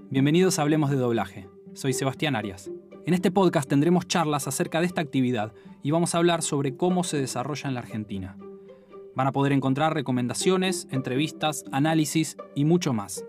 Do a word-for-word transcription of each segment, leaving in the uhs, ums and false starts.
Bienvenidos a Hablemos de Doblaje. Soy Sebastián Arias. En este podcast tendremos charlas acerca de esta actividad y vamos a hablar sobre cómo se desarrolla en la Argentina. Van a poder encontrar recomendaciones, entrevistas, análisis y mucho más.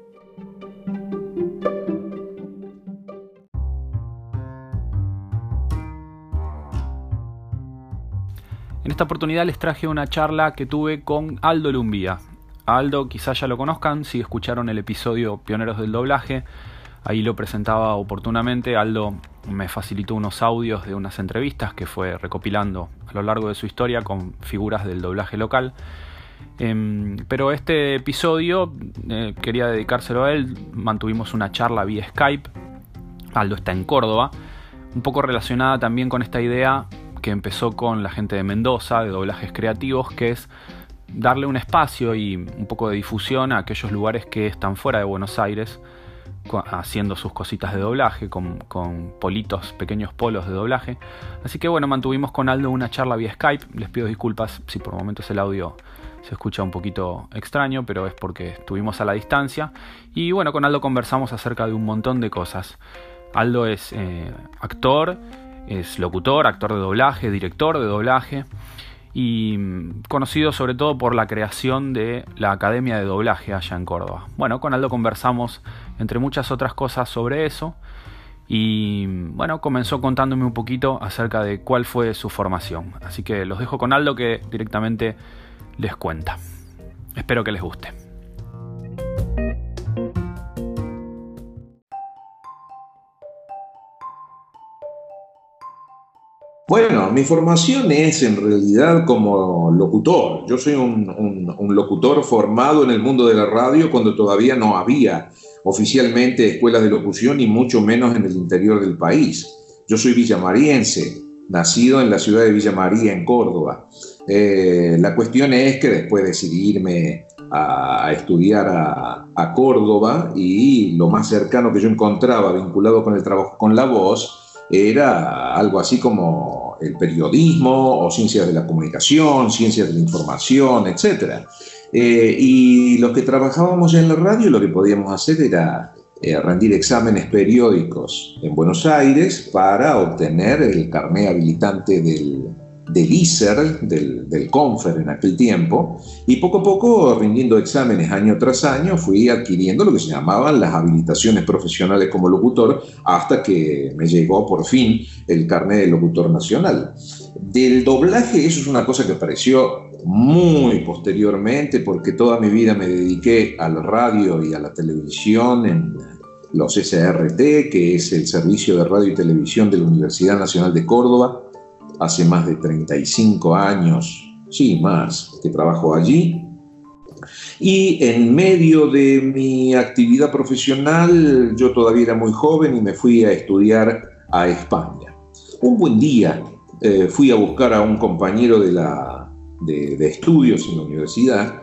En esta oportunidad les traje una charla que tuve con Aldo Lumbía. A Aldo quizás ya lo conozcan si escucharon el episodio Pioneros del Doblaje. Ahí lo presentaba oportunamente. Aldo me facilitó unos audios de unas entrevistas que fue recopilando a lo largo de su historia con figuras del doblaje local. Eh, pero este episodio eh, quería dedicárselo a él. Mantuvimos una charla vía Skype. Aldo está en Córdoba, un poco relacionada también con esta idea que empezó con la gente de Mendoza, de doblajes creativos, que es darle un espacio y un poco de difusión a aquellos lugares que están fuera de Buenos Aires, haciendo sus cositas de doblaje, con, con politos, pequeños polos de doblaje. Así que bueno, mantuvimos con Aldo una charla vía Skype. Les pido disculpas si por momentos el audio se escucha un poquito extraño, pero es porque estuvimos a la distancia. Y bueno, con Aldo conversamos acerca de un montón de cosas. Aldo es eh, actor, es locutor, actor de doblaje, director de doblaje y conocido sobre todo por la creación de la Academia de Doblaje allá en Córdoba. Bueno, con Aldo conversamos entre muchas otras cosas sobre eso y bueno, comenzó contándome un poquito acerca de cuál fue su formación. Así que los dejo con Aldo, que directamente les cuenta. Espero que les guste. Bueno, mi formación es en realidad como locutor. Yo soy un, un, un locutor formado en el mundo de la radio cuando todavía no había oficialmente escuelas de locución y mucho menos en el interior del país. Yo soy villamariense, nacido en la ciudad de Villa María, en Córdoba. Eh, la cuestión es que después decidí irme a estudiar a, a Córdoba y lo más cercano que yo encontraba vinculado con el trabajo con la voz era algo así como el periodismo o ciencias de la comunicación, ciencias de la información, etcétera. Eh, y los que trabajábamos en la radio lo que podíamos hacer era eh, rendir exámenes periódicos en Buenos Aires para obtener el carné habilitante del, del I S E R, del, del Confer en aquel tiempo, y poco a poco, rindiendo exámenes año tras año, fui adquiriendo lo que se llamaban las habilitaciones profesionales como locutor, hasta que me llegó por fin el carné de locutor nacional. Del doblaje, eso es una cosa que apareció muy posteriormente, porque toda mi vida me dediqué al radio y a la televisión en los S R T, que es el Servicio de Radio y Televisión de la Universidad Nacional de Córdoba. Hace más de treinta y cinco años, sí, más, que trabajo allí. Y en medio de mi actividad profesional, yo todavía era muy joven y me fui a estudiar a España. Un buen día eh, fui a buscar a un compañero de, la, de, de estudios en la universidad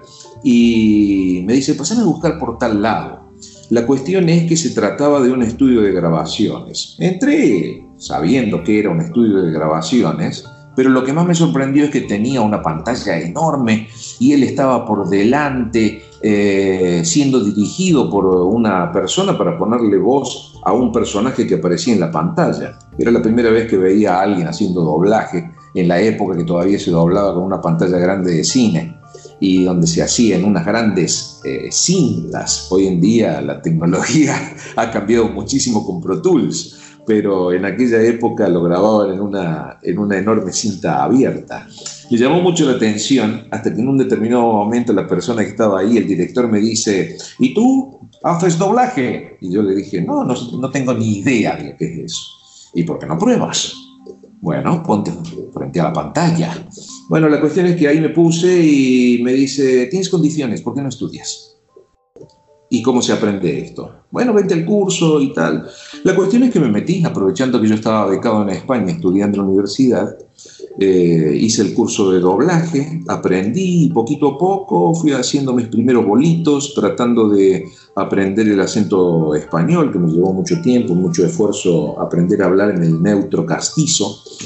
y me dice, pasame a buscar por tal lado. La cuestión es que se trataba de un estudio de grabaciones. Entré sabiendo que era un estudio de grabaciones, pero lo que más me sorprendió es que tenía una pantalla enorme y él estaba por delante eh, siendo dirigido por una persona para ponerle voz a un personaje que aparecía en la pantalla. Era la primera vez que veía a alguien haciendo doblaje en la época que todavía se doblaba con una pantalla grande de cine y donde se hacían unas grandes eh, cintas. Hoy en día la tecnología ha cambiado muchísimo con Pro Tools, pero en aquella época lo grababan en una, en una enorme cinta abierta. Me llamó mucho la atención hasta que en un determinado momento la persona que estaba ahí, el director, me dice, ¿y tú haces doblaje? Y yo le dije, no, no, no tengo ni idea de qué es eso. ¿Y por qué no pruebas? Bueno, ponte frente a la pantalla. Bueno, la cuestión es que ahí me puse y me dice, ¿tienes condiciones? ¿Por qué no estudias? ¿Y cómo se aprende esto? Bueno, vente al curso y tal. La cuestión es que me metí, aprovechando que yo estaba becado en España estudiando en la universidad. Eh, hice el curso de doblaje, aprendí poquito a poco, fui haciendo mis primeros bolitos, tratando de aprender el acento español, que me llevó mucho tiempo, mucho esfuerzo aprender a hablar en el neutro castizo.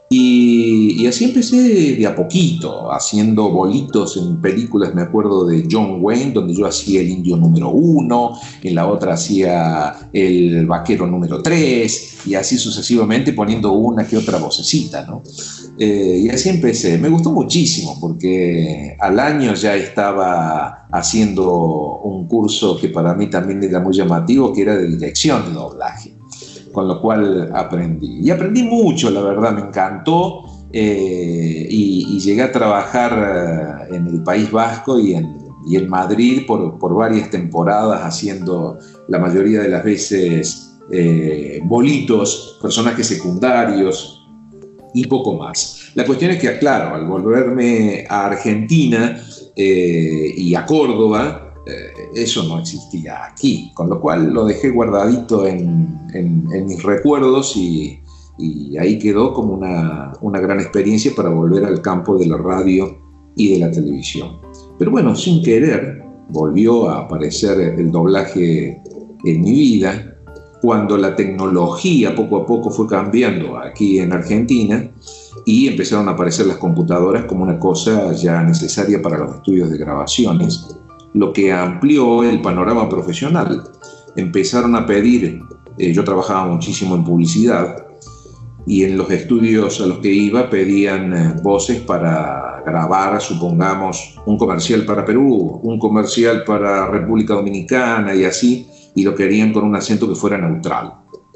Y, y así empecé de a poquito, haciendo bolitos en películas, me acuerdo de John Wayne, donde yo hacía el indio número uno, en la otra hacía el vaquero número tres, y así sucesivamente poniendo una que otra vocecita, ¿no? Eh, y así empecé. Me gustó muchísimo, porque al año ya estaba haciendo un curso que para mí también era muy llamativo, que era de dirección de doblaje. Con lo cual aprendí. Y aprendí mucho, la verdad, me encantó. Eh, y, y llegué a trabajar eh, en el País Vasco y en, y en Madrid por, por varias temporadas, haciendo la mayoría de las veces eh, bolitos, personajes secundarios y poco más. La cuestión es que, claro, al volverme a Argentina eh, y a Córdoba, eso no existía aquí, con lo cual lo dejé guardadito en, en, en mis recuerdos y, y ahí quedó como una, una gran experiencia para volver al campo de la radio y de la televisión. Pero bueno, sin querer, volvió a aparecer el doblaje en mi vida cuando la tecnología poco a poco fue cambiando aquí en Argentina y empezaron a aparecer las computadoras como una cosa ya necesaria para los estudios de grabaciones, lo que amplió el panorama profesional. Empezaron a pedir, eh, yo trabajaba muchísimo en publicidad, y en los estudios a los que iba pedían eh, voces para grabar, supongamos, un comercial para Perú, un comercial para República Dominicana y así, y lo querían con un acento que fuera neutral.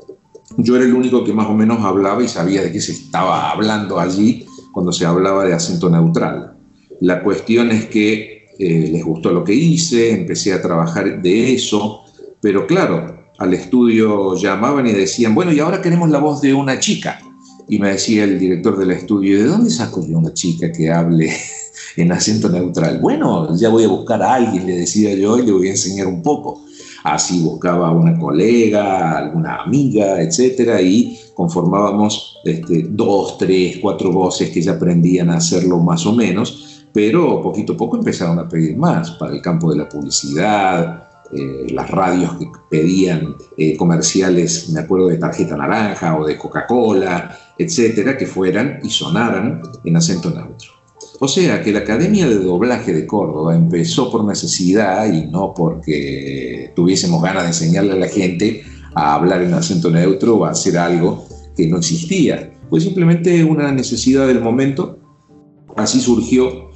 Yo era el único que más o menos hablaba y sabía de qué se estaba hablando allí cuando se hablaba de acento neutral. La cuestión es que Eh, les gustó lo que hice, empecé a trabajar de eso, pero claro, al estudio llamaban y decían, bueno, y ahora queremos la voz de una chica. Y me decía el director del estudio, ¿de dónde saco yo una chica que hable en acento neutral? Bueno, ya voy a buscar a alguien, le decía yo, y le voy a enseñar un poco. Así buscaba a una colega, alguna amiga, etcétera, y conformábamos este, dos, tres, cuatro voces que ya aprendían a hacerlo más o menos. Pero poquito a poco empezaron a pedir más para el campo de la publicidad, eh, las radios que pedían eh, comerciales, me acuerdo de Tarjeta Naranja o de Coca-Cola, etcétera, que fueran y sonaran en acento neutro. O sea que la Academia de Doblaje de Córdoba empezó por necesidad y no porque tuviésemos ganas de enseñarle a la gente a hablar en acento neutro o a hacer algo que no existía. Fue simplemente una necesidad del momento. Así surgió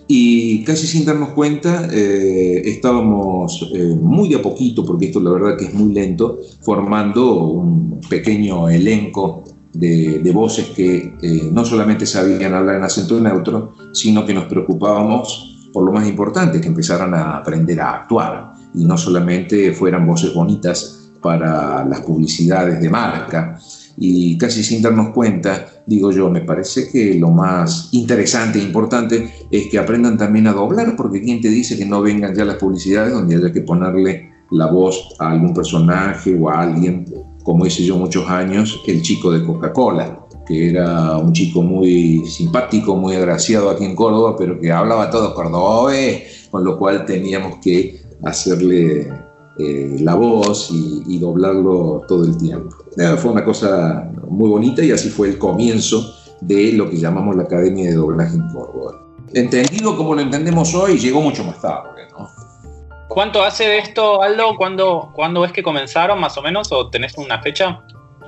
y casi sin darnos cuenta eh, estábamos eh, muy de a poquito, porque esto la verdad que es muy lento, formando un pequeño elenco de, de voces que eh, no solamente sabían hablar en acento neutro, sino que nos preocupábamos por lo más importante, que empezaran a aprender a actuar y no solamente fueran voces bonitas para las publicidades de marca. Y casi sin darnos cuenta, digo yo, me parece que lo más interesante e importante es que aprendan también a doblar, porque ¿quién te dice que no vengan ya las publicidades donde haya que ponerle la voz a algún personaje o a alguien, como hice yo muchos años, el chico de Coca-Cola, que era un chico muy simpático, muy agraciado aquí en Córdoba, pero que hablaba todo cordobés, con lo cual teníamos que hacerle eh, la voz y, y doblarlo todo el tiempo. Eh, fue una cosa muy bonita y así fue el comienzo de lo que llamamos la Academia de Doblaje en Córdoba. Entendido como lo entendemos hoy, llegó mucho más tarde, ¿no? ¿Cuánto hace de esto, Aldo? ¿Cuándo, ¿Cuándo es que comenzaron, más o menos? ¿O tenés una fecha?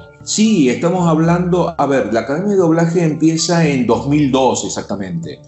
Sí, estamos hablando, a ver, la Academia de Doblaje empieza en dos mil dos exactamente,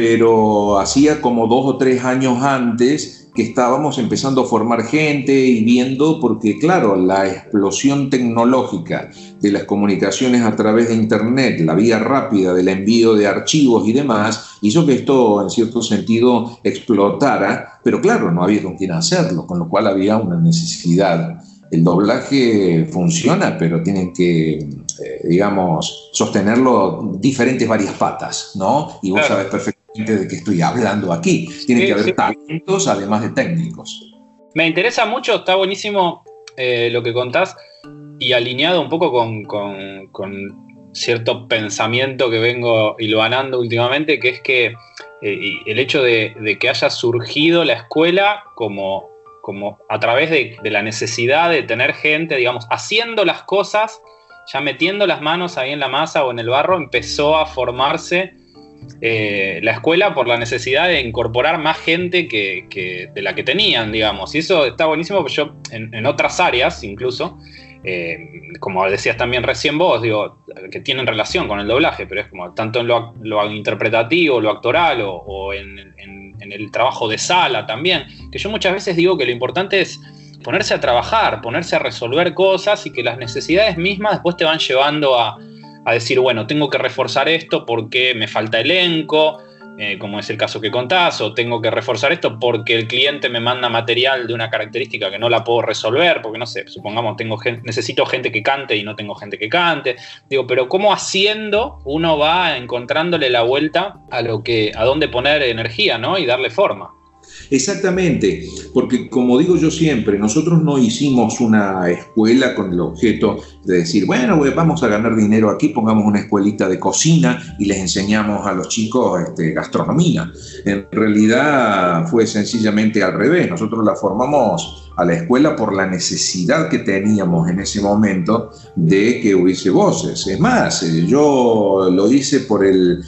pero hacía como dos o tres años antes que estábamos empezando a formar gente y viendo, porque claro, la explosión tecnológica de las comunicaciones a través de Internet, la vía rápida del envío de archivos y demás, hizo que esto en cierto sentido explotara, pero claro, no había con quién hacerlo, con lo cual había una necesidad. El doblaje funciona, pero tienen que, eh, digamos, sostenerlo diferentes varias patas, ¿no? Y vos claro. sabés perfectamente de qué estoy hablando aquí. Tiene sí, que haber sí. talentos, además de técnicos. Me interesa mucho, está buenísimo eh, lo que contás y alineado un poco con, con, con cierto pensamiento que vengo hilvanando últimamente, que es que eh, el hecho de, de que haya surgido la escuela como... como a través de, de la necesidad de tener gente, digamos, haciendo las cosas, ya metiendo las manos ahí en la masa o en el barro, empezó a formarse eh, la escuela por la necesidad de incorporar más gente que, que de la que tenían, digamos. Y eso está buenísimo, porque yo en, en otras áreas incluso, eh, como decías también recién vos, digo, que tienen relación con el doblaje, pero es como tanto en lo, lo interpretativo, lo actoral o, o en, en, en el trabajo de sala también, que yo muchas veces digo que lo importante es ponerse a trabajar, ponerse a resolver cosas y que las necesidades mismas después te van llevando a, a decir, bueno, tengo que reforzar esto porque me falta elenco, eh, como es el caso que contás, o tengo que reforzar esto porque el cliente me manda material de una característica que no la puedo resolver, porque no sé, supongamos tengo gente, necesito gente que cante y no tengo gente que cante. Digo, pero cómo haciendo uno va encontrándole la vuelta a lo que, a dónde poner energía, ¿no? Y darle forma. Exactamente, porque como digo yo siempre, nosotros no hicimos una escuela con el objeto de decir, bueno, pues vamos a ganar dinero aquí, pongamos una escuelita de cocina y les enseñamos a los chicos este, gastronomía. En realidad fue sencillamente al revés, nosotros la formamos a la escuela por la necesidad que teníamos en ese momento de que hubiese voces. Es más, yo lo hice por el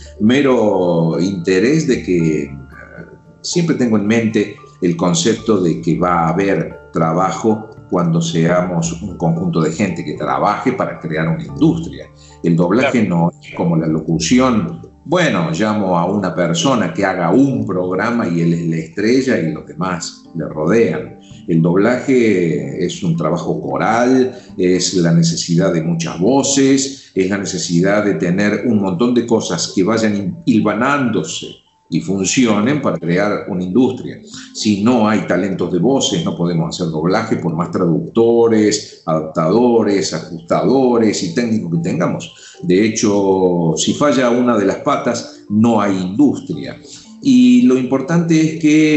mero interés de que siempre tengo en mente el concepto de que va a haber trabajo cuando seamos un conjunto de gente que trabaje para crear una industria. El doblaje no es como la locución. Bueno, llamo a una persona que haga un programa y él es la estrella y los demás le rodean. El doblaje es un trabajo coral, es la necesidad de muchas voces, es la necesidad de tener un montón de cosas que vayan hilvanándose y funcionen para crear una industria. Si no hay talentos de voces, no podemos hacer doblaje por más traductores, adaptadores, ajustadores y técnicos que tengamos. De hecho, si falla una de las patas, no hay industria. Y lo importante es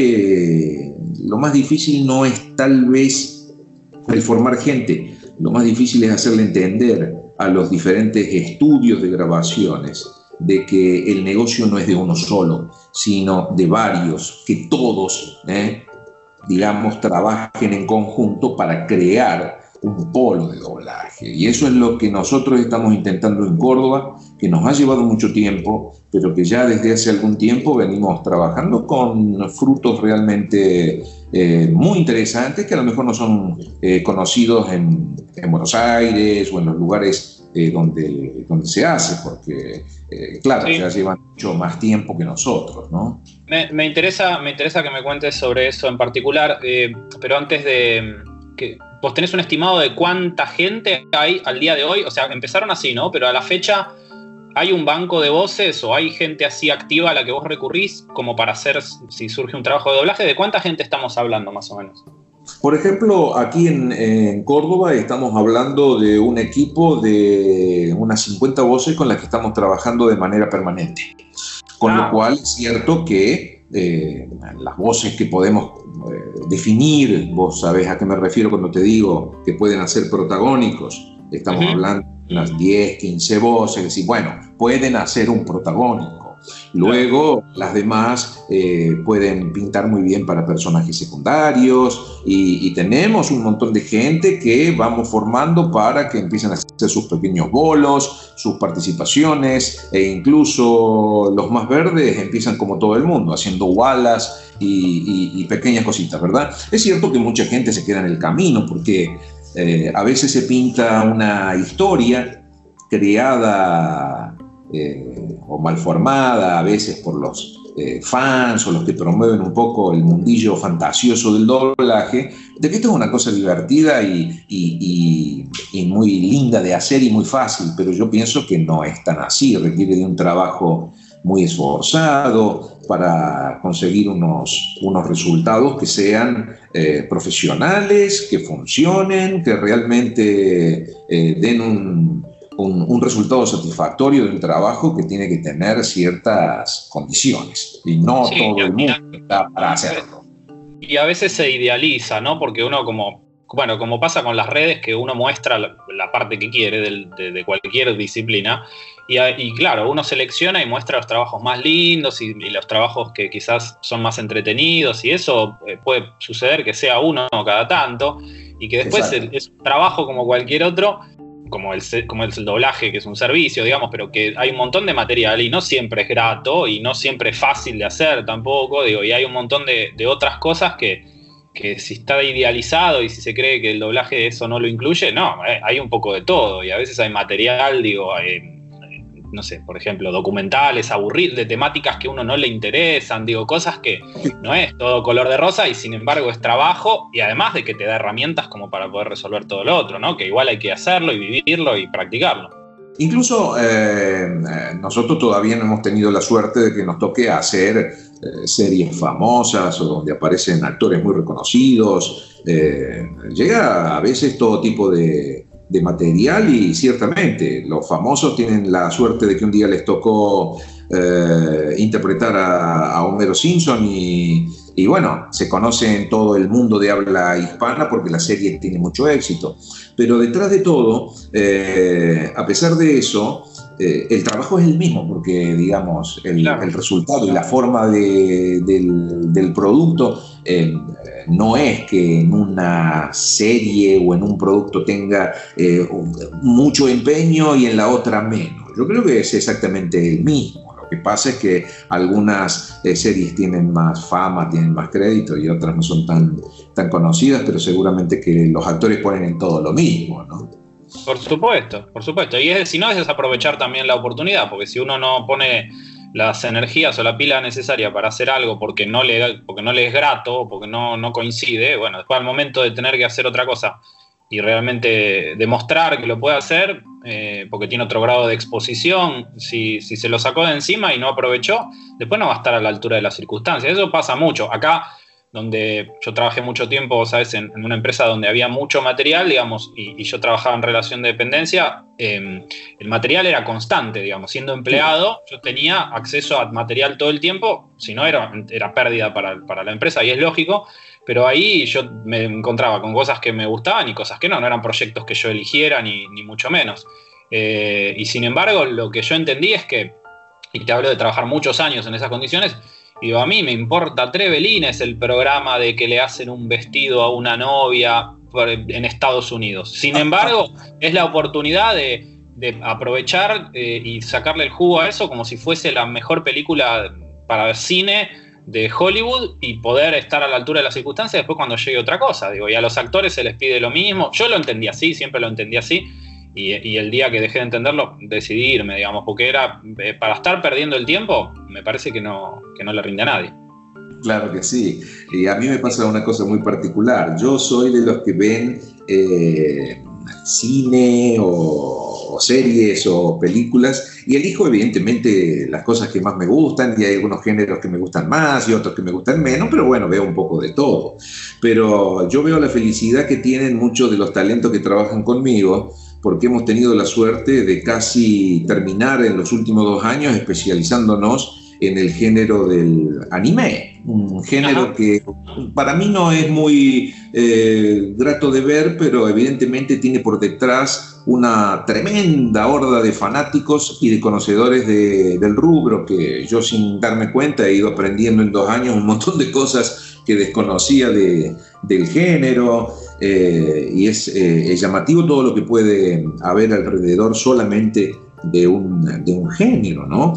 que lo más difícil no es tal vez el formar gente, lo más difícil es hacerle entender a los diferentes estudios de grabaciones de que el negocio no es de uno solo, sino de varios, que todos, eh, digamos, trabajen en conjunto para crear un polo de doblaje. Y eso es lo que nosotros estamos intentando en Córdoba, que nos ha llevado mucho tiempo, pero que ya desde hace algún tiempo venimos trabajando con frutos realmente eh, muy interesantes, que a lo mejor no son eh, conocidos en, en Buenos Aires o en los lugares Eh, donde, donde se hace, porque, eh, claro, sí, ya llevan mucho más tiempo que nosotros, ¿no? Me, me, interesa, me interesa que me cuentes sobre eso en particular, eh, pero antes de... que ¿vos tenés un estimado de cuánta gente hay al día de hoy? O sea, empezaron así, ¿no? Pero a la fecha, ¿hay un banco de voces o hay gente así activa a la que vos recurrís como para hacer, si surge un trabajo de doblaje? ¿De cuánta gente estamos hablando, más o menos? Por ejemplo, aquí en, en Córdoba estamos hablando de un equipo de unas cincuenta voces con las que estamos trabajando de manera permanente. Con ah. lo cual es cierto que eh, las voces que podemos eh, definir, vos sabés a qué me refiero cuando te digo que pueden hacer protagónicos, estamos uh-huh. hablando de unas diez, quince voces, es decir, bueno, pueden hacer un protagónico. Luego las demás eh, pueden pintar muy bien para personajes secundarios y, y tenemos un montón de gente que vamos formando para que empiecen a hacer sus pequeños bolos, sus participaciones, e incluso los más verdes empiezan como todo el mundo, haciendo walas y, y, y pequeñas cositas, ¿verdad? Es cierto que mucha gente se queda en el camino porque eh, a veces se pinta una historia creada Eh, o mal formada a veces por los eh, fans o los que promueven un poco el mundillo fantasioso del doblaje, de que esto es una cosa divertida y, y, y, y muy linda de hacer y muy fácil, pero yo pienso que no es tan así, requiere de un trabajo muy esforzado para conseguir unos, unos resultados que sean eh, profesionales, que funcionen, que realmente eh, den un Un, un resultado satisfactorio de un trabajo que tiene que tener ciertas condiciones y no sí, todo el mundo está para hacerlo. Y a veces se idealiza, ¿no? Porque uno como, bueno, como pasa con las redes, que uno muestra la, la parte que quiere de, de, de cualquier disciplina y, y claro, uno selecciona y muestra los trabajos más lindos y, y los trabajos que quizás son más entretenidos y eso eh, puede suceder que sea uno cada tanto y que después el, es un trabajo como cualquier otro como el, como el doblaje, que es un servicio, digamos, pero que hay un montón de material y no siempre es grato y no siempre es fácil de hacer tampoco, digo, y hay un montón de, de otras cosas que, que si está idealizado y si se cree que el doblaje eso no lo incluye, no, eh, hay un poco de todo y a veces hay material, digo, eh, no sé, por ejemplo, documentales aburridos, de temáticas que a uno no le interesan, digo, cosas que no es todo color de rosa y sin embargo es trabajo y además de que te da herramientas como para poder resolver todo lo otro, ¿no? Que igual hay que hacerlo y vivirlo y practicarlo. Incluso eh, nosotros todavía no hemos tenido la suerte de que nos toque hacer eh, series famosas o donde aparecen actores muy reconocidos. Eh, llega a veces todo tipo de... de material y ciertamente los famosos tienen la suerte de que un día les tocó eh, interpretar a, a Homero Simpson y, y bueno, se conoce en todo el mundo de habla hispana porque la serie tiene mucho éxito. Pero detrás de todo, eh, a pesar de eso, eh, el trabajo es el mismo porque, digamos, el, claro. el resultado y la forma de, del, del producto eh, no es que en una serie o en un producto tenga eh, mucho empeño y en la otra menos. Yo creo que es exactamente el mismo. Lo que pasa es que algunas eh, series tienen más fama, tienen más crédito y otras no son tan, tan conocidas, pero seguramente que los actores ponen en todo lo mismo, ¿no? Por supuesto, por supuesto. Y es, si no, es desaprovechar también la oportunidad, porque si uno no pone las energías o la pila necesaria para hacer algo porque no le, porque no le es grato o porque no, no coincide, bueno, después al momento de tener que hacer otra cosa y realmente demostrar que lo puede hacer, eh, porque tiene otro grado de exposición, si, si se lo sacó de encima y no aprovechó, después no va a estar a la altura de las circunstancias. Eso pasa mucho. Acá, donde yo trabajé mucho tiempo, ¿sabes? En, en una empresa donde había mucho material, digamos, y, y yo trabajaba en relación de dependencia, eh, el material era constante, digamos. Siendo empleado, yo tenía acceso a material todo el tiempo, si no era, era pérdida para, para la empresa, y es lógico, pero ahí yo me encontraba con cosas que me gustaban y cosas que no, no eran proyectos que yo eligiera, ni, ni mucho menos. Eh, y sin embargo, lo que yo entendí es que, y te hablo de trabajar muchos años en esas condiciones, y digo, a mí me importa tres velines el programa de que le hacen un vestido a una novia en Estados Unidos. Sin embargo, es la oportunidad de, de aprovechar eh, y sacarle el jugo a eso como si fuese la mejor película para cine de Hollywood y poder estar a la altura de las circunstancias después cuando llegue otra cosa. Digo, y a los actores se les pide lo mismo. Yo lo entendí así, siempre lo entendí así. Y, y el día que dejé de entenderlo, decidí irme, digamos, porque era eh, para estar perdiendo el tiempo, me parece que no, que no le rinde a nadie. Claro que sí. Y a mí me pasa una cosa muy particular. Yo soy de los que ven eh, cine o, o series o películas y elijo evidentemente las cosas que más me gustan y hay algunos géneros que me gustan más y otros que me gustan menos, pero bueno, veo un poco de todo. Pero yo veo la felicidad que tienen muchos de los talentos que trabajan conmigo, porque hemos tenido la suerte de casi terminar en los últimos dos años especializándonos en el género del anime, un género Ajá. que para mí no es muy eh, grato de ver, pero evidentemente tiene por detrás una tremenda horda de fanáticos y de conocedores de, del rubro, que yo sin darme cuenta he ido aprendiendo en dos años un montón de cosas que desconocía de, del género, eh, y es, eh, es llamativo todo lo que puede haber alrededor solamente de un, de un género, ¿no?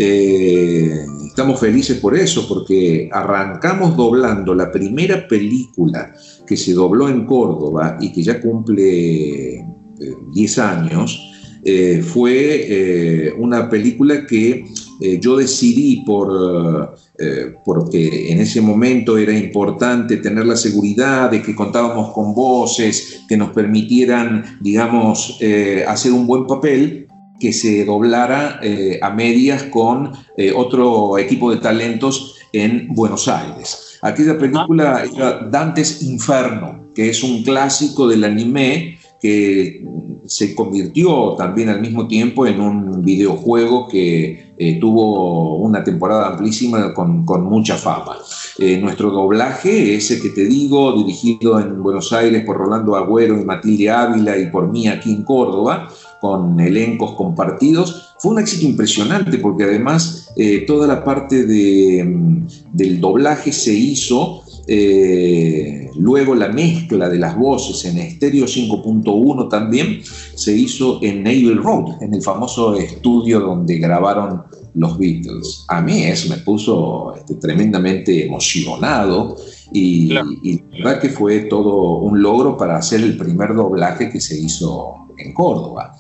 Eh, estamos felices por eso, porque arrancamos doblando la primera película que se dobló en Córdoba y que ya cumple eh, diez años, eh, fue eh, una película que eh, yo decidí por... Eh, porque en ese momento era importante tener la seguridad de que contábamos con voces que nos permitieran, digamos, eh, hacer un buen papel, que se doblara eh, a medias con eh, otro equipo de talentos en Buenos Aires. Aquella película era Dante's Inferno, que es un clásico del anime que se convirtió también al mismo tiempo en un videojuego que eh, tuvo una temporada amplísima con, con mucha fama. Eh, nuestro doblaje, ese que te digo, dirigido en Buenos Aires por Rolando Agüero y Matilde Ávila y por mí aquí en Córdoba, con elencos compartidos, fue un éxito impresionante porque además eh, toda la parte de, del doblaje se hizo Eh, Luego la mezcla de las voces en estéreo cinco punto uno también se hizo en Abbey Road, en el famoso estudio donde grabaron los Beatles. A mí eso me puso este, tremendamente emocionado y, claro. y la verdad que fue todo un logro para hacer el primer doblaje que se hizo en Córdoba.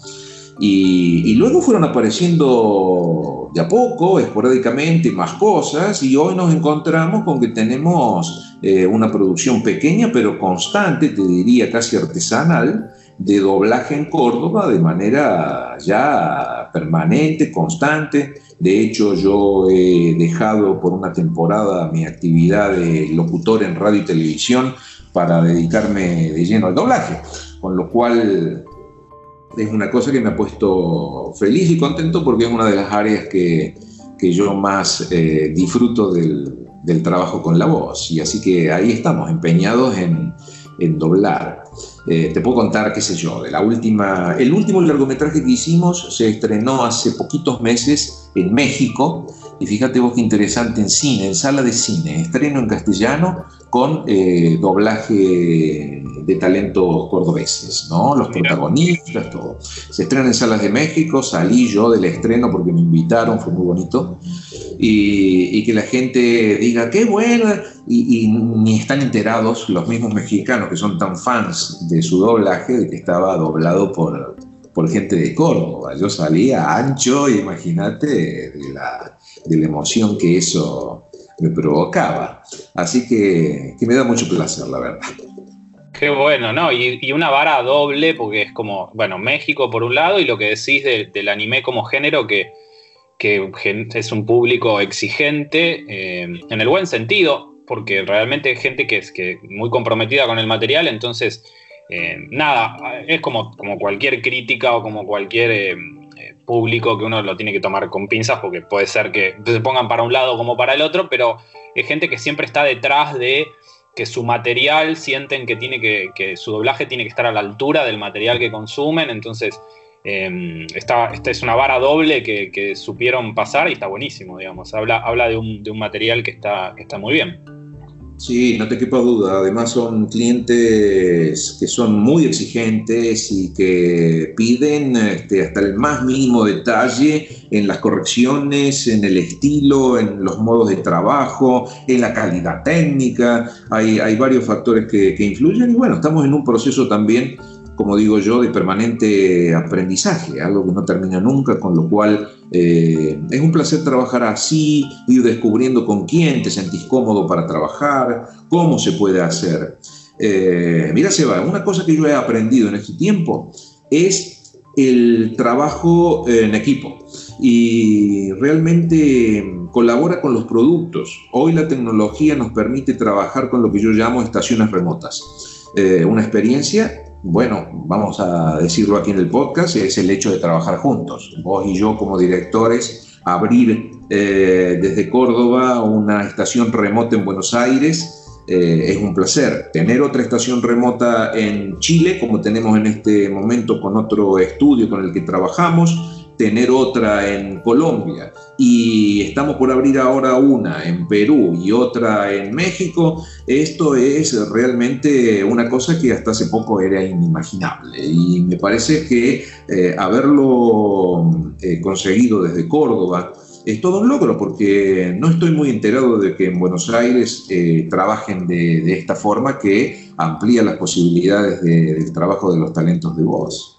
Y, y luego fueron apareciendo de a poco, esporádicamente, más cosas, y hoy nos encontramos con que tenemos eh, una producción pequeña pero constante, te diría casi artesanal, de doblaje en Córdoba de manera ya permanente, constante. De hecho, yo he dejado por una temporada mi actividad de locutor en radio y televisión para dedicarme de lleno al doblaje, con lo cual es una cosa que me ha puesto feliz y contento porque es una de las áreas que, que yo más eh, disfruto del, del trabajo con la voz. Y así que ahí estamos, empeñados en, en doblar. Eh, te puedo contar, qué sé yo, de la última, el último largometraje que hicimos se estrenó hace poquitos meses en México, y fíjate vos qué interesante, en cine, en sala de cine, estreno en castellano con eh, doblaje de talentos cordobeses, ¿no? Los protagonistas, todo. Se estrena en salas de México, salí yo del estreno porque me invitaron, fue muy bonito, y, y que la gente diga, qué buena, y, y ni están enterados los mismos mexicanos que son tan fans de su doblaje, de que estaba doblado por, por gente de Córdoba. Yo salía ancho, imagínate, de la, de la emoción que eso me provocaba. Así que, que me da mucho placer, la verdad. Qué bueno, ¿no? Y, y una vara doble, porque es como, bueno, México por un lado, y lo que decís de, del anime como género, que, que es un público exigente, eh, en el buen sentido, porque realmente hay gente que es que muy comprometida con el material, entonces, eh, nada, es como, como cualquier crítica o como cualquier eh, público que uno lo tiene que tomar con pinzas, porque puede ser que se pongan para un lado como para el otro, pero es gente que siempre está detrás de que su material sienten que tiene que, que su doblaje tiene que estar a la altura del material que consumen, entonces eh, esta, esta es una vara doble que, que supieron pasar y está buenísimo, digamos, habla, habla de, un, de un material que está, que está muy bien. Sí, no te quepa duda, además son clientes que son muy exigentes y que piden este, hasta el más mínimo detalle en las correcciones, en el estilo, en los modos de trabajo, en la calidad técnica. Hay, hay varios factores que, que influyen y bueno, estamos en un proceso también, como digo yo, de permanente aprendizaje, algo que no termina nunca, con lo cual eh, es un placer trabajar así, ir descubriendo con quién te sentís cómodo para trabajar, cómo se puede hacer. Eh, mira, Seba, una cosa que yo he aprendido en este tiempo es el trabajo en equipo y realmente colabora con los productos. Hoy la tecnología nos permite trabajar con lo que yo llamo estaciones remotas. Eh, una experiencia, bueno, vamos a decirlo aquí en el podcast, es el hecho de trabajar juntos. Vos y yo como directores, abrir eh, desde Córdoba una estación remota en Buenos Aires eh, es un placer. Tener otra estación remota en Chile, como tenemos en este momento con otro estudio con el que trabajamos, tener otra en Colombia y estamos por abrir ahora una en Perú y otra en México. Esto es realmente una cosa que hasta hace poco era inimaginable y me parece que eh, haberlo eh, conseguido desde Córdoba es todo un logro, porque no estoy muy enterado de que en Buenos Aires eh, trabajen de, de esta forma que amplía las posibilidades de, del trabajo de los talentos de voz.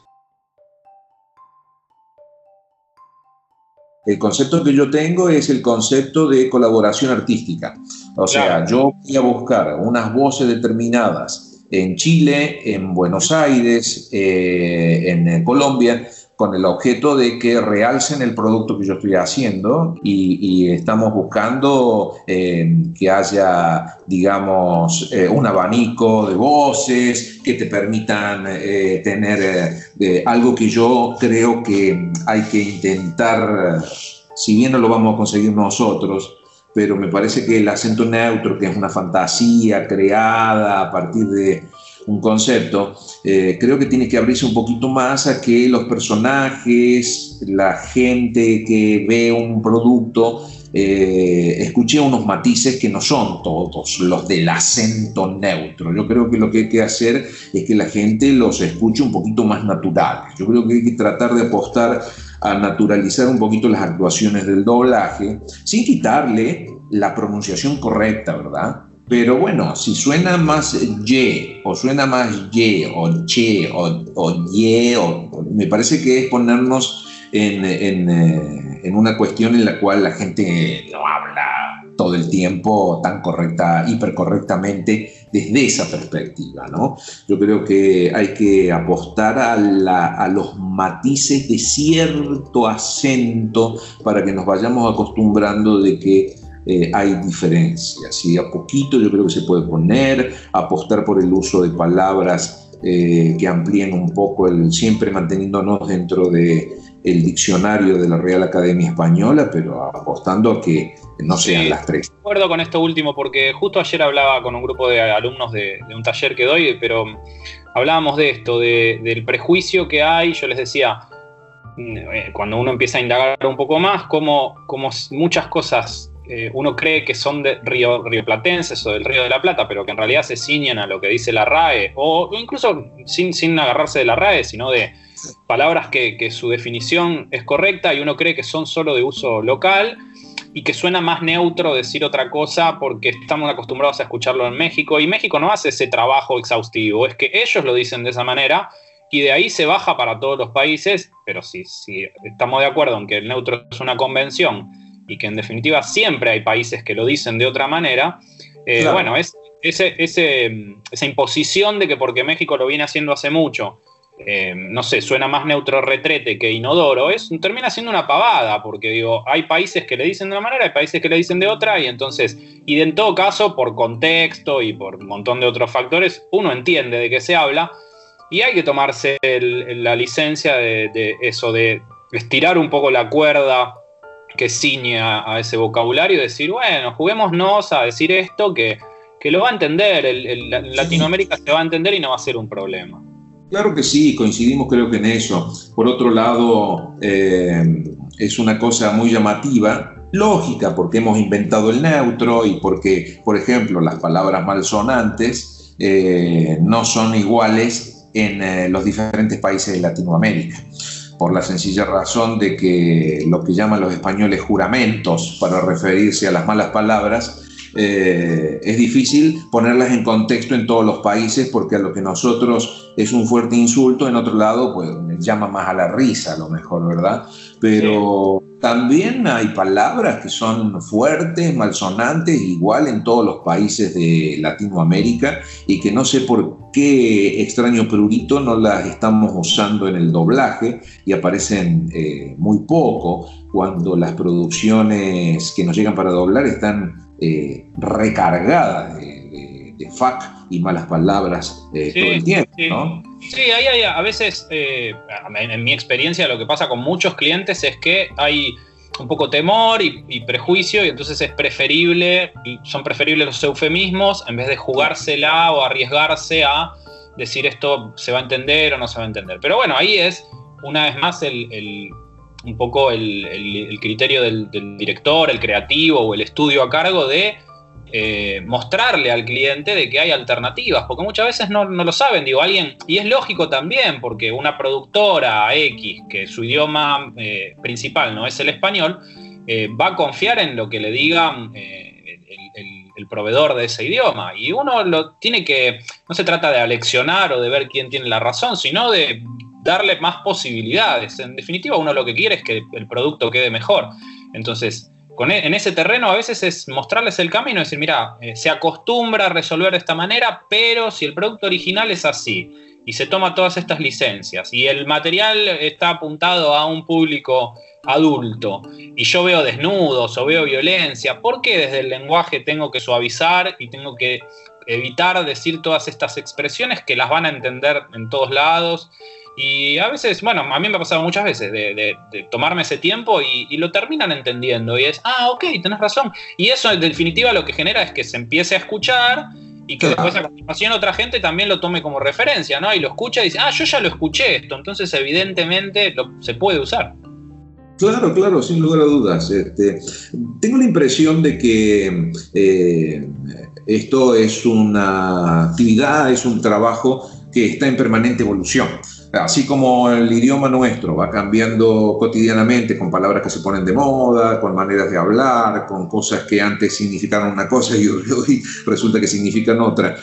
El concepto que yo tengo es el concepto de colaboración artística. O sea, claro, yo voy a buscar unas voces determinadas en Chile, en Buenos Aires, eh, en Colombia, con el objeto de que realcen el producto que yo estoy haciendo y, y estamos buscando eh, que haya, digamos, eh, un abanico de voces que te permitan eh, tener eh, eh, algo que yo creo que hay que intentar, si bien no lo vamos a conseguir nosotros, pero me parece que el acento neutro, que es una fantasía creada a partir de un concepto, eh, creo que tiene que abrirse un poquito más a que los personajes, la gente que ve un producto, eh, escuché unos matices que no son todos los del acento neutro. Yo creo que lo que hay que hacer es que la gente los escuche un poquito más naturales. Yo creo que hay que tratar de apostar a naturalizar un poquito las actuaciones del doblaje, sin quitarle la pronunciación correcta, ¿verdad? Pero bueno, si suena más ye, o suena más ye, o che, o, o ye, o, me parece que es ponernos en, en, en una cuestión en la cual la gente no habla todo el tiempo tan correcta, hipercorrectamente desde esa perspectiva, ¿no? Yo creo que hay que apostar a, la, a los matices de cierto acento para que nos vayamos acostumbrando de que Eh, hay diferencias, y a poquito yo creo que se puede poner, apostar por el uso de palabras eh, que amplíen un poco, el, siempre manteniéndonos dentro del diccionario de la Real Academia Española, pero apostando a que no sean sí, las tres. De acuerdo con esto último, porque justo ayer hablaba con un grupo de alumnos de, de un taller que doy, pero hablábamos de esto, de, del prejuicio que hay. Yo les decía, cuando uno empieza a indagar un poco más, como, como muchas cosas Eh, uno cree que son de río, rioplatenses o del Río de la Plata, pero que en realidad se ciñen a lo que dice la RAE, o incluso sin, sin agarrarse de la RAE, sino de palabras que, que su definición es correcta y uno cree que son solo de uso local y que suena más neutro decir otra cosa porque estamos acostumbrados a escucharlo en México, y México no hace ese trabajo exhaustivo, es que ellos lo dicen de esa manera y de ahí se baja para todos los países. Pero si, si estamos de acuerdo en que el neutro es una convención y que en definitiva siempre hay países que lo dicen de otra manera, eh, claro. bueno, es, ese, ese, esa imposición de que porque México lo viene haciendo hace mucho, eh, no sé, suena más neutro retrete que inodoro, es, termina siendo una pavada, porque digo, hay países que le dicen de una manera, hay países que le dicen de otra, y entonces, y en todo caso, por contexto y por un montón de otros factores, uno entiende de qué se habla, y hay que tomarse el, la licencia de, de eso, de estirar un poco la cuerda que ciñe a, a ese vocabulario y decir, bueno, juguémonos a decir esto que, que lo va a entender, el, el, el Latinoamérica se va a entender y no va a ser un problema. Claro que sí, coincidimos creo que en eso. Por otro lado, eh, es una cosa muy llamativa, lógica, porque hemos inventado el neutro y porque, por ejemplo, las palabras malsonantes eh, no son iguales en eh, los diferentes países de Latinoamérica, por la sencilla razón de que lo que llaman los españoles juramentos para referirse a las malas palabras, eh, es difícil ponerlas en contexto en todos los países, porque a lo que nosotros es un fuerte insulto, en otro lado pues llama más a la risa a lo mejor, ¿verdad? Pero sí, también hay palabras que son fuertes, malsonantes, igual en todos los países de Latinoamérica, y que no sé por qué extraño prurito no las estamos usando en el doblaje y aparecen eh, muy poco, cuando las producciones que nos llegan para doblar están eh, recargadas de, de, de fuck y malas palabras eh, sí, todo el tiempo, sí. ¿no? Sí, ahí hay a veces, eh, en, en mi experiencia, lo que pasa con muchos clientes es que hay un poco temor y, y prejuicio, y entonces es preferible, son preferibles los eufemismos en vez de jugársela o arriesgarse a decir esto se va a entender o no se va a entender. Pero bueno, ahí es una vez más el, el, un poco el, el, el criterio del, del director, el creativo o el estudio a cargo de Eh, mostrarle al cliente de que hay alternativas, porque muchas veces no, no lo saben, digo, alguien, y es lógico también, porque una productora X, que su idioma eh, principal no es el español, eh, va a confiar en lo que le digan eh, el, el, el proveedor de ese idioma, y uno lo tiene que, no se trata de aleccionar o de ver quién tiene la razón, sino de darle más posibilidades. En definitiva, uno lo que quiere es que el producto quede mejor. Entonces, Con, en ese terreno a veces es mostrarles el camino y decir, mira, eh, se acostumbra a resolver de esta manera, pero si el producto original es así y se toma todas estas licencias y el material está apuntado a un público adulto y yo veo desnudos o veo violencia, ¿por qué desde el lenguaje tengo que suavizar y tengo que evitar decir todas estas expresiones que las van a entender en todos lados? Y a veces, bueno, a mí me ha pasado muchas veces de, de, de tomarme ese tiempo y, y lo terminan entendiendo. Y es, ah, ok, tenés razón. Y eso en definitiva lo que genera es que se empiece a escuchar y que después a continuación otra gente también lo tome como referencia, ¿no? Y lo escucha y dice, ah, yo ya lo escuché esto. Entonces evidentemente lo, se puede usar. Claro, claro, sin lugar a dudas. Este, tengo la impresión de que eh, esto es una actividad, es un trabajo que está en permanente evolución. Así como el idioma nuestro va cambiando cotidianamente con palabras que se ponen de moda, con maneras de hablar, con cosas que antes significaron una cosa y hoy resulta que significan otra,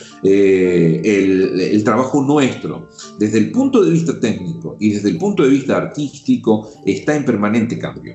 eh, el, el trabajo nuestro, desde el punto de vista técnico y desde el punto de vista artístico, está en permanente cambio.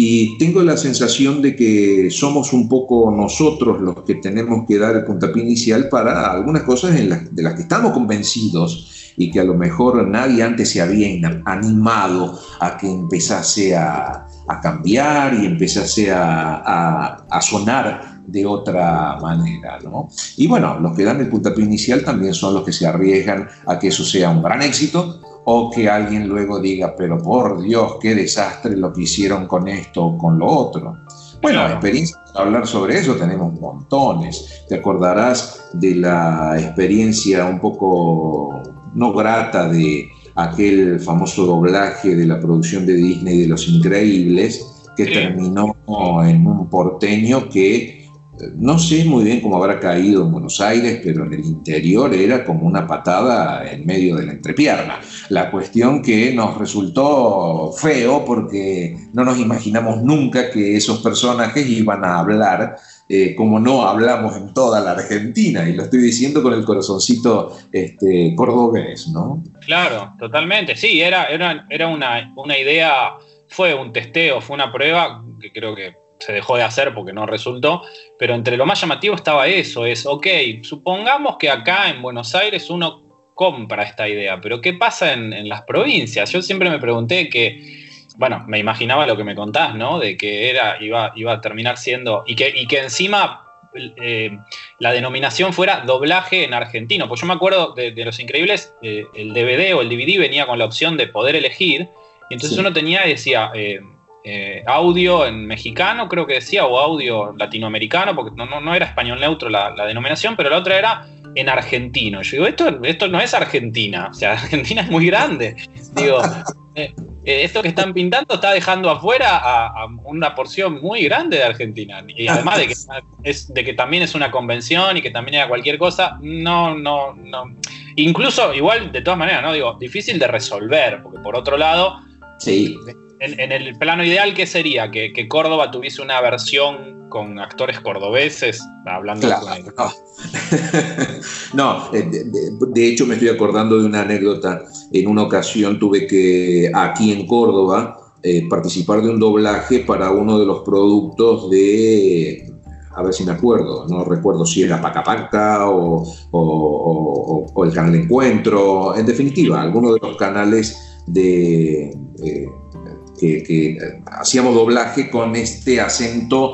Y tengo la sensación de que somos un poco nosotros los que tenemos que dar el puntapié inicial para algunas cosas en las, de las que estamos convencidos y que a lo mejor nadie antes se había animado a que empezase a, a cambiar y empezase a, a, a sonar de otra manera, ¿no? Y bueno, los que dan el puntapié inicial también son los que se arriesgan a que eso sea un gran éxito o que alguien luego diga, pero por Dios, qué desastre lo que hicieron con esto o con lo otro. Bueno, claro. Experiencias para hablar sobre eso tenemos montones. Te acordarás de la experiencia un poco no grata de aquel famoso doblaje de la producción de Disney de Los Increíbles, que sí. terminó en un porteño que no sé muy bien cómo habrá caído en Buenos Aires, pero en el interior era como una patada en medio de la entrepierna. La cuestión que nos resultó feo porque no nos imaginamos nunca que esos personajes iban a hablar eh, como no hablamos en toda la Argentina, y lo estoy diciendo con el corazoncito este, cordobés, ¿no? Claro, totalmente, sí, era, era, era una, una idea, fue un testeo, fue una prueba que creo que se dejó de hacer porque no resultó, pero entre lo más llamativo estaba eso, es, ok, supongamos que acá en Buenos Aires uno compra esta idea, pero ¿qué pasa en, en las provincias? Yo siempre me pregunté que, bueno, me imaginaba lo que me contás, ¿no? De que era, iba, iba a terminar siendo, y que, y que encima eh, la denominación fuera doblaje en argentino, pues yo me acuerdo de, de Los Increíbles, eh, el D V D o el D V D venía con la opción de poder elegir, y entonces sí. uno tenía y decía... Eh, Eh, audio en mexicano, creo que decía, o audio latinoamericano, porque no, no, no era español neutro la, la denominación, pero la otra era en argentino. Yo digo, esto, esto no es Argentina, o sea, Argentina es muy grande. Digo, eh, eh, esto que están pintando está dejando afuera a, a una porción muy grande de Argentina. Y además de que, es, de que también es una convención y que también era cualquier cosa, no, no, no. Incluso, igual, de todas maneras, ¿no? Digo, difícil de resolver, porque por otro lado... Sí. En, en el plano ideal, ¿qué sería? Que, que Córdoba tuviese una versión con actores cordobeses, hablando claro, de... No, no de, de, de hecho me estoy acordando de una anécdota. En una ocasión tuve que, aquí en Córdoba, eh, participar de un doblaje para uno de los productos de... A ver si me acuerdo, no recuerdo si era Paca Paca o, o, o, o el Canal Encuentro, en definitiva, alguno de los canales de... Eh, Que, que hacíamos doblaje con este acento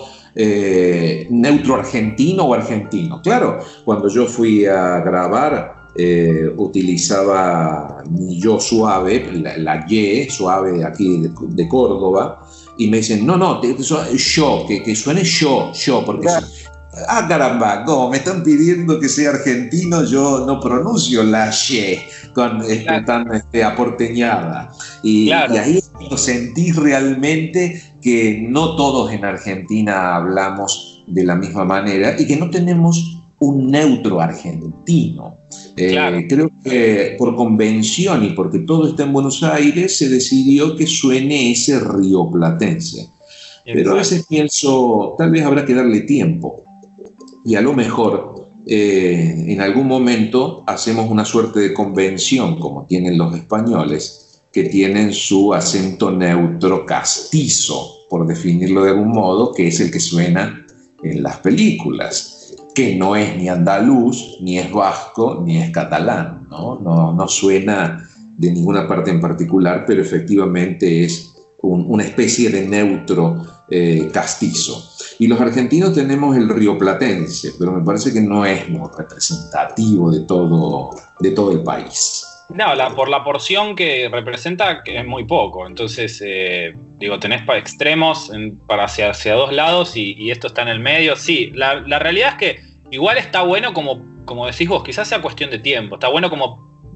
eh, neutro argentino o argentino. Claro, cuando yo fui a grabar eh, utilizaba mi yo suave, la, la Y suave de aquí de, de Córdoba, y me dicen, no, no, te, yo, que, que suene yo, yo, porque... Claro. Ah, caramba, como me están pidiendo que sea argentino, yo no pronuncio la Y con, este, claro. tan este, aporteñada. Y, claro. y ahí sentí realmente que no todos en Argentina hablamos de la misma manera y que no tenemos un neutro argentino. Claro. Eh, creo que por convención y porque todo está en Buenos Aires se decidió que suene ese rioplatense. Exacto. Pero a veces pienso, tal vez habrá que darle tiempo. Y a lo mejor eh, en algún momento hacemos una suerte de convención, como tienen los españoles, que tienen su acento neutro castizo, por definirlo de algún modo, que es el que suena en las películas, que no es ni andaluz, ni es vasco, ni es catalán, ¿no? No, no suena de ninguna parte en particular, pero efectivamente es un, una especie de neutro eh, castizo. Y los argentinos tenemos el rioplatense, pero me parece que no es muy representativo de todo, de todo el país. No, la, por la porción que representa, que es muy poco. Entonces, eh, digo, tenés para extremos en, para hacia, hacia dos lados y, y esto está en el medio. Sí, la, la realidad es que igual está bueno como, como decís vos, quizás sea cuestión de tiempo. Está bueno como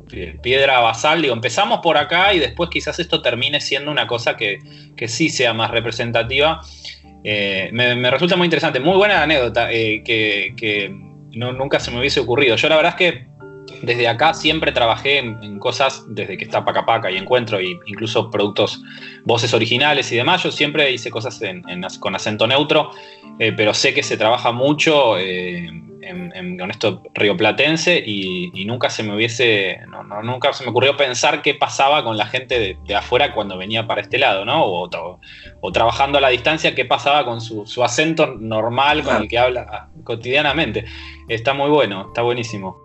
piedra basal, digo, empezamos por acá y después quizás esto termine siendo una cosa que, que sí sea más representativa. Eh, me, me resulta muy interesante, muy buena anécdota, eh, que, que no, nunca se me hubiese ocurrido. Yo la verdad es que desde acá siempre trabajé en, en cosas, desde que está Paca Paca y Encuentro, e incluso productos, voces originales y demás. Yo siempre hice cosas en, en, con acento neutro, eh, pero sé que se trabaja mucho eh, en, en, con esto rioplatense y, y nunca se me hubiese, no, no, nunca se me ocurrió pensar qué pasaba con la gente de, de afuera cuando venía para este lado, ¿no? O, o, o trabajando a la distancia, qué pasaba con su, su acento normal con el que habla cotidianamente. Está muy bueno, está buenísimo.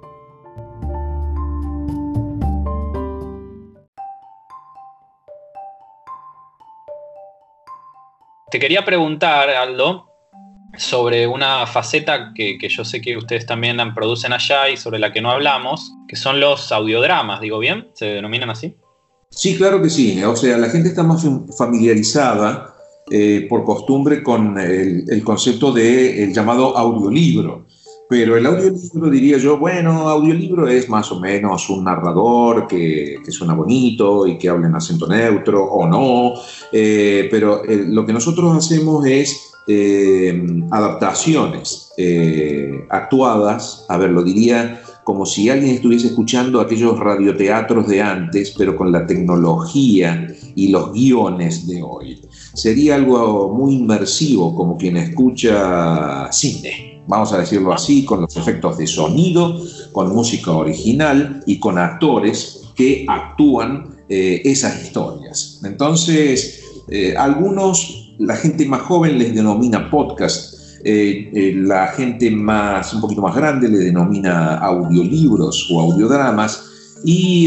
Te quería preguntar, Aldo, sobre una faceta que, que yo sé que ustedes también producen allá y sobre la que no hablamos, que son los audiodramas, ¿digo bien? ¿Se denominan así? Sí, claro que sí. O sea, la gente está más familiarizada eh, por costumbre con el, el concepto del llamado audiolibro. Pero el audiolibro, diría yo, bueno, audiolibro es más o menos un narrador que, que suena bonito y que habla en acento neutro o no, eh, pero eh, lo que nosotros hacemos es eh, adaptaciones eh, actuadas, a ver, lo diría como si alguien estuviese escuchando aquellos radioteatros de antes, pero con la tecnología y los guiones de hoy. Sería algo muy inmersivo, como quien escucha cine. Vamos a decirlo así, con los efectos de sonido, con música original y con actores que actúan eh, esas historias. Entonces, eh, algunos, la gente más joven les denomina podcast, eh, eh, la gente más, un poquito más grande le denomina audiolibros o audiodramas, y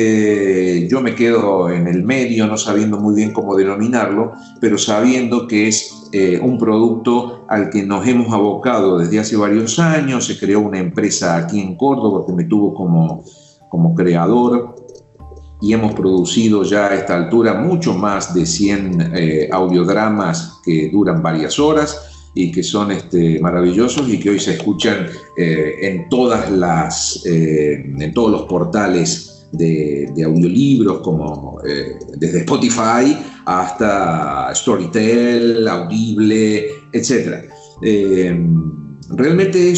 este, yo me quedo en el medio, no sabiendo muy bien cómo denominarlo, pero sabiendo que es eh, un producto al que nos hemos abocado desde hace varios años. Se creó una empresa aquí en Córdoba que me tuvo como, como creador y hemos producido ya a esta altura mucho más de cien eh, audiodramas que duran varias horas y que son este, maravillosos y que hoy se escuchan eh, en todas las, eh, en todos los portales de, de audiolibros, como eh, desde Spotify hasta Storytel, Audible, etcétera. Eh, realmente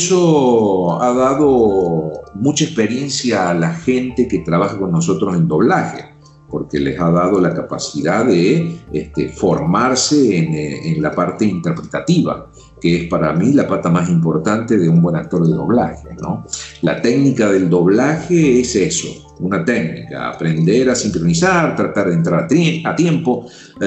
eso ha dado mucha experiencia a la gente que trabaja con nosotros en doblaje, porque les ha dado la capacidad de este, formarse en, en la parte interpretativa, que es para mí la pata más importante de un buen actor de doblaje, ¿no? La técnica del doblaje es eso, una técnica, aprender a sincronizar, tratar de entrar a, tie- a tiempo,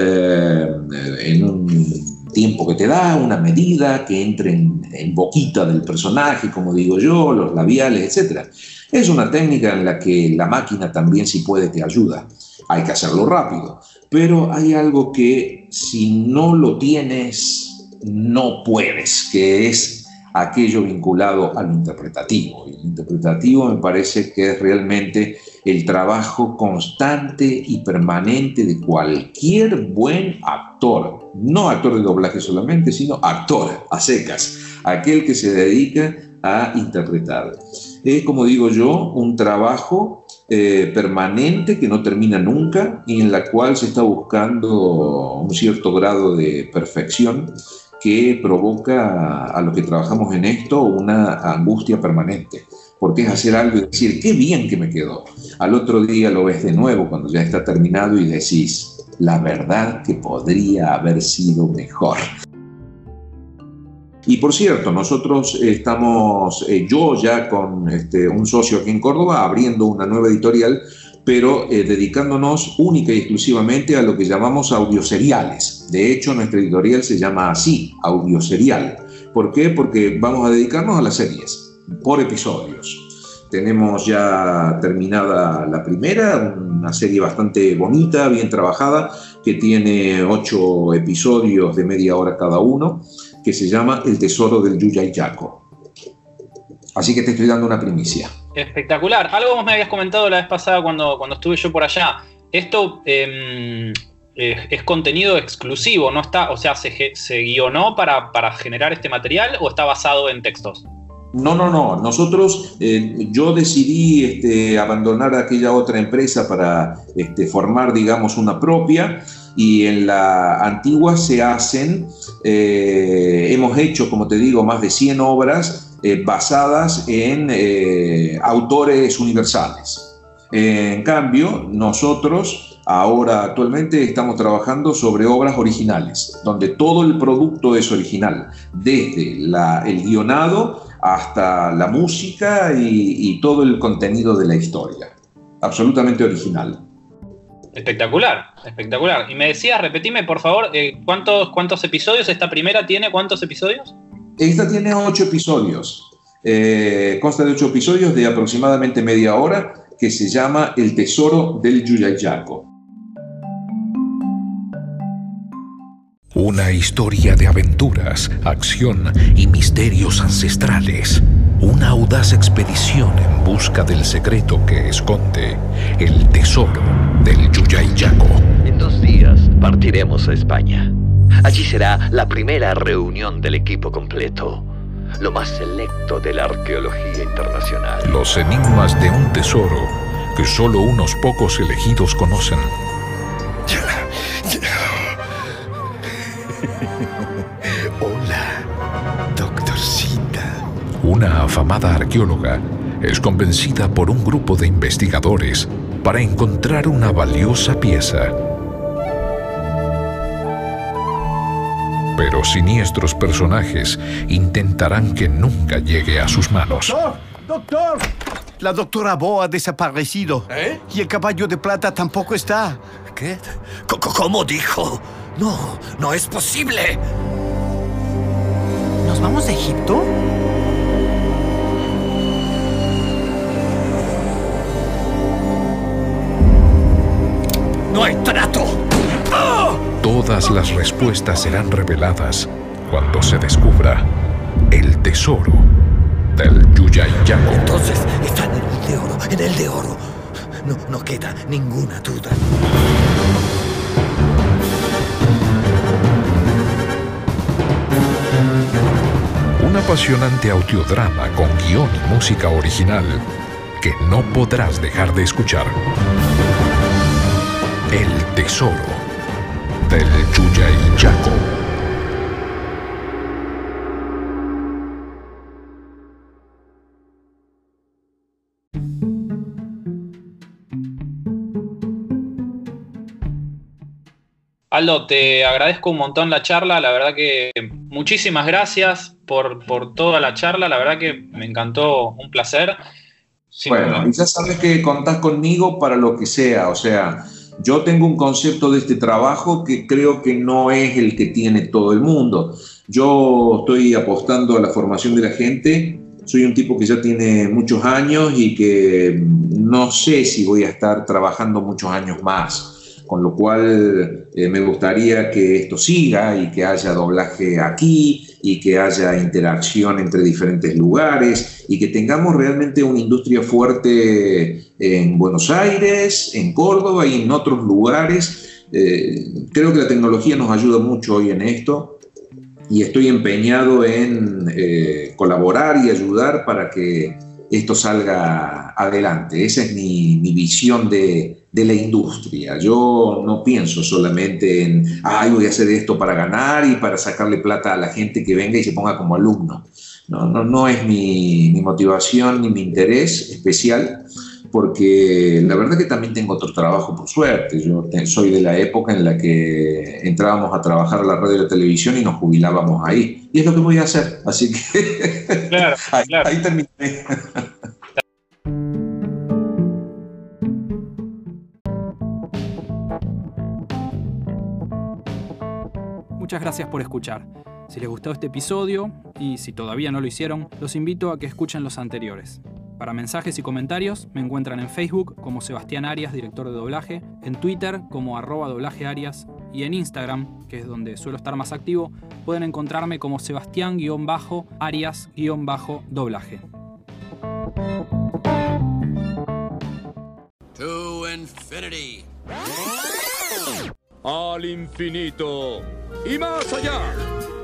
eh, en un tiempo que te da, una medida que entre en, en boquita del personaje, como digo yo, los labiales, etcétera. Es una técnica en la que la máquina también, si puede, te ayuda. Hay que hacerlo rápido, pero hay algo que si no lo tienes, no puedes, que es aquello vinculado al interpretativo. Y el interpretativo me parece que es realmente el trabajo constante y permanente de cualquier buen actor, no actor de doblaje solamente, sino actor a secas, aquel que se dedica a interpretar. Es, como digo yo, un trabajo Eh, permanente que no termina nunca y en la cual se está buscando un cierto grado de perfección que provoca a los que trabajamos en esto una angustia permanente, porque es hacer algo y decir, qué bien que me quedó. Al otro día lo ves de nuevo cuando ya está terminado y decís, la verdad que podría haber sido mejor. Y por cierto, nosotros estamos, eh, yo ya con este, un socio aquí en Córdoba, abriendo una nueva editorial, pero eh, dedicándonos única y exclusivamente a lo que llamamos audioseriales. De hecho, nuestra editorial se llama así, Audioserial. ¿Por qué? Porque vamos a dedicarnos a las series, por episodios. Tenemos ya terminada la primera, una serie bastante bonita, bien trabajada, que tiene ocho episodios de media hora cada uno, que se llama El tesoro del Yuya y Yaco. Así que te estoy dando una primicia. Espectacular. Algo vos me habías comentado la vez pasada cuando, cuando estuve yo por allá. Esto eh, eh, es contenido exclusivo, ¿no está? O sea, ¿se, se guionó para, para generar este material o está basado en textos? No, no, no. Nosotros, eh, yo decidí este, abandonar aquella otra empresa para este, formar, digamos, una propia, y en la antigua se hacen, eh, hemos hecho, como te digo, más de cien obras eh, basadas en eh, autores universales. Eh, en cambio, nosotros ahora actualmente estamos trabajando sobre obras originales, donde todo el producto es original, desde la, el guionado hasta la música y, y todo el contenido de la historia. Absolutamente original. Espectacular, espectacular. Y me decías, repetime por favor, eh, ¿cuántos, ¿cuántos episodios esta primera tiene? ¿Cuántos episodios? Esta tiene ocho episodios. Eh, consta de ocho episodios de aproximadamente media hora, que se llama El Tesoro del Yuyayaco. Una historia de aventuras, acción y misterios ancestrales. Una audaz expedición en busca del secreto que esconde el tesoro del Yuyayaco. En dos días partiremos a España. Allí será la primera reunión del equipo completo, lo más selecto de la arqueología internacional. Los enigmas de un tesoro que solo unos pocos elegidos conocen. Hola, doctorcita. Una afamada arqueóloga es convencida por un grupo de investigadores para encontrar una valiosa pieza. Pero siniestros personajes intentarán que nunca llegue a sus manos. ¡Doctor! ¡Doctor! La doctora Bo ha desaparecido. ¿Eh? Y el caballo de plata tampoco está. ¿Qué? ¿Cómo dijo? No, no es posible. ¿Nos vamos a Egipto? ¡No hay trato! ¡Oh! Todas las respuestas serán reveladas cuando se descubra el tesoro del Yuyayaco. Entonces, están en el de oro, en el de oro. No, no queda ninguna duda. Un apasionante audiodrama con guión y música original que no podrás dejar de escuchar. El tesoro del Yuyayaco. Aldo, te agradezco un montón la charla, la verdad que muchísimas gracias por, por toda la charla, la verdad que me encantó, un placer. Sí, bueno, y ya sabes que contás conmigo para lo que sea, o sea, yo tengo un concepto de este trabajo que creo que no es el que tiene todo el mundo. Yo estoy apostando a la formación de la gente, soy un tipo que ya tiene muchos años y que no sé si voy a estar trabajando muchos años más. Con lo cual eh, me gustaría que esto siga y que haya doblaje aquí y que haya interacción entre diferentes lugares y que tengamos realmente una industria fuerte en Buenos Aires, en Córdoba y en otros lugares. Eh, creo que la tecnología nos ayuda mucho hoy en esto y estoy empeñado en eh, colaborar y ayudar para que esto salga adelante. Esa es mi, mi visión de, de la industria. Yo no pienso solamente en, ay, voy a hacer esto para ganar y para sacarle plata a la gente que venga y se ponga como alumno. No, no, no es mi, mi motivación ni mi interés especial, porque la verdad que también tengo otro trabajo por suerte. Yo te, soy de la época en la que entrábamos a trabajar a la radio y la televisión y nos jubilábamos ahí. Y es lo que voy a hacer. Así que claro, ahí, claro. ahí terminé. Muchas gracias por escuchar. Si les gustó este episodio, y si todavía no lo hicieron, los invito a que escuchen los anteriores. Para mensajes y comentarios me encuentran en Facebook como Sebastián Arias, director de doblaje, en Twitter como arroba doblajearias y en Instagram, que es donde suelo estar más activo, pueden encontrarme como Sebastián-Arias-doblaje. To infinity. Al infinito y más allá.